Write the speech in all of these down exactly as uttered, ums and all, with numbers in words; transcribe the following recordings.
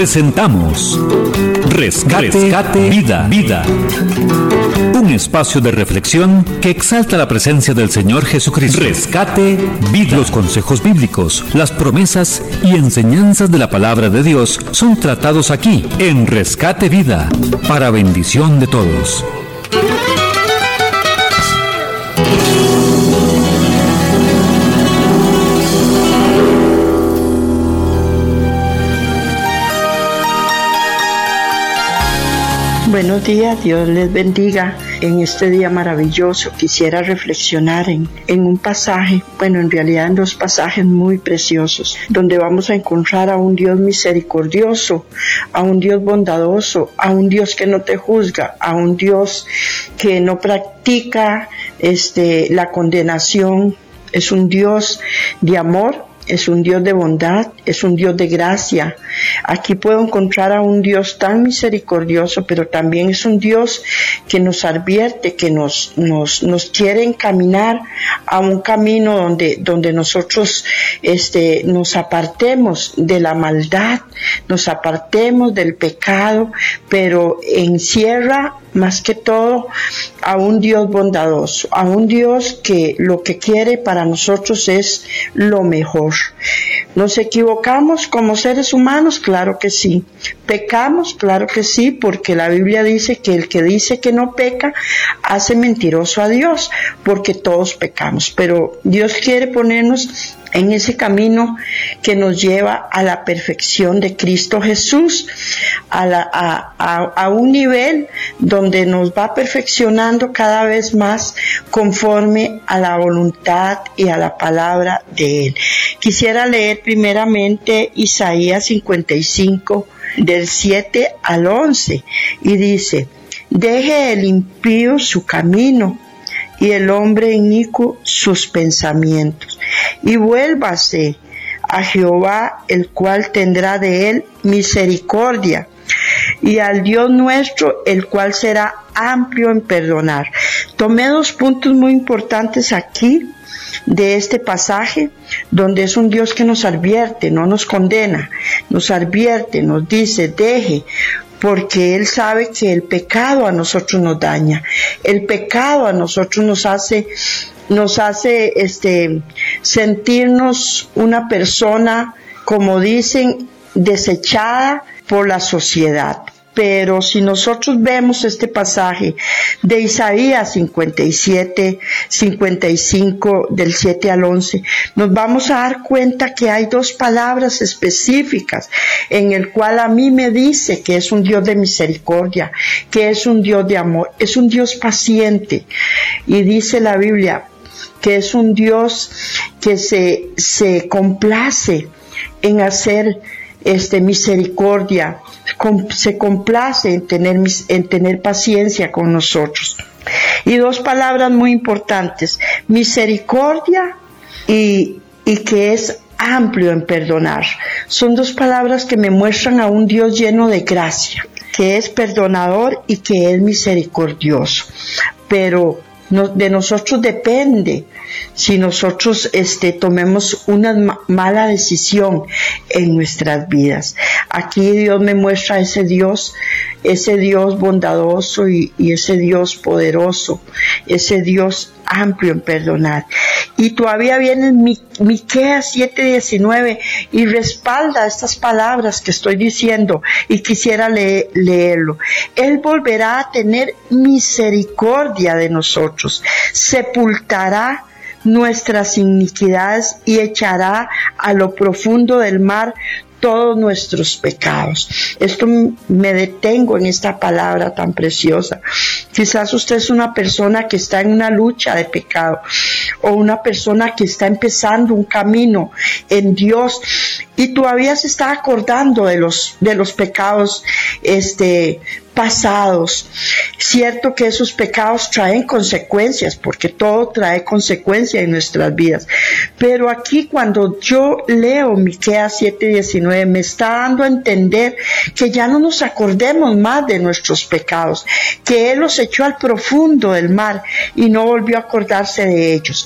Presentamos Rescate, Rescate Vida, Vida. Un espacio de reflexión que exalta la presencia del Señor Jesucristo. Rescate Vida. Los consejos bíblicos, las promesas y enseñanzas de la palabra de Dios son tratados aquí, en Rescate Vida, para bendición de todos. Buenos días, Dios les bendiga. En este día maravilloso quisiera reflexionar en, en un pasaje, bueno, en realidad en dos pasajes muy preciosos, donde vamos a encontrar a un Dios misericordioso, a un Dios bondadoso, a un Dios que no te juzga, a un Dios que no practica este, la condenación. Es un Dios de amor, es un Dios de bondad, es un Dios de gracia. Aquí puedo encontrar a un Dios tan misericordioso, pero también es un Dios que nos advierte, que nos, nos, nos quiere encaminar a un camino donde, donde nosotros este, nos apartemos de la maldad, nos apartemos del pecado, pero encierra más que todo a un Dios bondadoso, a un Dios que lo que quiere para nosotros es lo mejor. ¿Nos equivocamos como seres humanos? Claro que sí. ¿Pecamos? Claro que sí, porque la Biblia dice que el que dice que no peca hace mentiroso a Dios, porque todos pecamos, pero Dios quiere ponernos en ese camino que nos lleva a la perfección de Cristo Jesús, a, la, a, a, a un nivel donde nos va perfeccionando cada vez más conforme a la voluntad y a la palabra de Él. Quisiera leer primeramente Isaías cincuenta y cinco, del siete al once, y dice: deje el impío su camino y el hombre inicuo sus pensamientos, y vuélvase a Jehová, el cual tendrá de él misericordia, y al Dios nuestro, el cual será amplio en perdonar. Tomé dos puntos muy importantes aquí de este pasaje, donde es un Dios que nos advierte, no nos condena, nos advierte, nos dice: deje, porque Él sabe que el pecado a nosotros nos daña, el pecado a nosotros nos hace, nos hace este, sentirnos una persona, como dicen, desechada por la sociedad. Pero si nosotros vemos este pasaje de Isaías cincuenta y siete, cincuenta y cinco, del siete al once, nos vamos a dar cuenta que hay dos palabras específicas en el cual a mí me dice que es un Dios de misericordia, que es un Dios de amor, es un Dios paciente. Y dice la Biblia que es un Dios que se, se complace en hacer este, misericordia, se complace en tener, en tener paciencia con nosotros. Y dos palabras muy importantes: misericordia y, y que es amplio en perdonar. Son dos palabras que me muestran a un Dios lleno de gracia, que es perdonador y que es misericordioso. Pero no, de nosotros depende si nosotros este, tomemos una ma- mala decisión en nuestras vidas. Aquí Dios me muestra ese Dios, ese Dios bondadoso y, y ese Dios poderoso, ese Dios amplio en perdonar. Y todavía viene Miqueas siete diecinueve y respalda estas palabras que estoy diciendo, y quisiera leer, leerlo. Él volverá a tener misericordia de nosotros, sepultará nuestras iniquidades y echará a lo profundo del mar todos nuestros pecados. Esto me detengo en esta palabra tan preciosa. Quizás usted es una persona que está en una lucha de pecado, o una persona que está empezando un camino en Dios y todavía se está acordando de los de los pecados este pasados. Cierto que esos pecados traen consecuencias, porque todo trae consecuencias en nuestras vidas. Pero aquí, cuando yo leo Miqueas siete diecinueve, me está dando a entender que ya no nos acordemos más de nuestros pecados, que Él los echó al profundo del mar y no volvió a acordarse de ellos.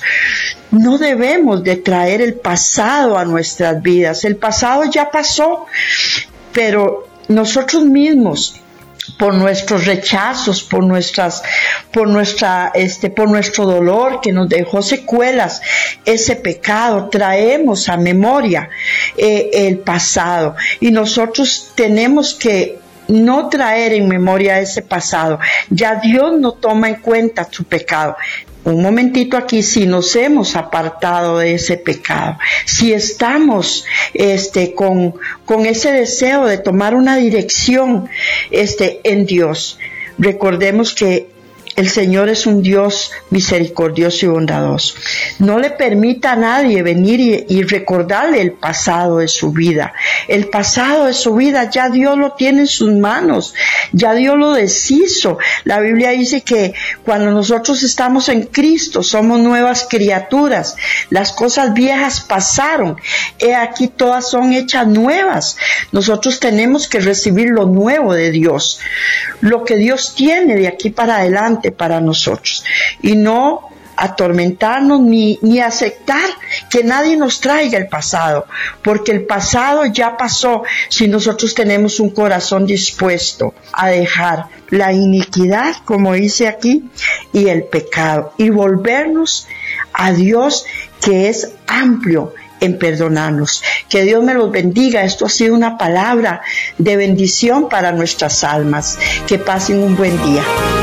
No debemos de traer el pasado a nuestras vidas. El pasado ya pasó. pero nosotros mismos, por nuestros rechazos, por nuestras, por nuestra, este, por nuestro dolor que nos dejó secuelas, ese pecado, traemos a memoria eh, el pasado, y nosotros tenemos que no traer en memoria ese pasado. Ya Dios no toma en cuenta tu pecado. Un momentito aquí, si nos hemos apartado de ese pecado, si estamos este, con, con ese deseo de tomar una dirección este, en Dios, recordemos que el Señor es un Dios misericordioso y bondadoso. No le permita a nadie venir y, y recordarle el pasado de su vida. El pasado de su vida ya Dios lo tiene en sus manos. Ya Dios lo deshizo. La Biblia dice que cuando nosotros estamos en Cristo somos nuevas criaturas. Las cosas viejas pasaron. He aquí todas son hechas nuevas. Nosotros tenemos que recibir lo nuevo de Dios. Lo que Dios tiene de aquí para adelante para nosotros, y no atormentarnos ni, ni aceptar que nadie nos traiga el pasado, porque el pasado ya pasó si nosotros tenemos un corazón dispuesto a dejar la iniquidad, como dice aquí, y el pecado, y volvernos a Dios, que es amplio en perdonarnos. Que Dios me los bendiga. Esto ha sido una palabra de bendición para nuestras almas. Que pasen un buen día.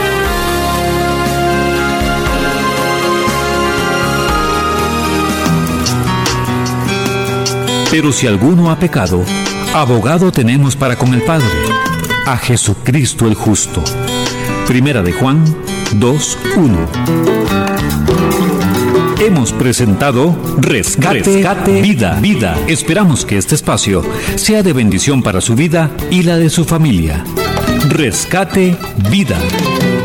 Pero si alguno ha pecado, abogado tenemos para con el Padre, a Jesucristo el justo. Primera de Juan dos uno. Hemos presentado Rescate, Rescate Vida, Vida. Esperamos que este espacio sea de bendición para su vida y la de su familia. Rescate Vida.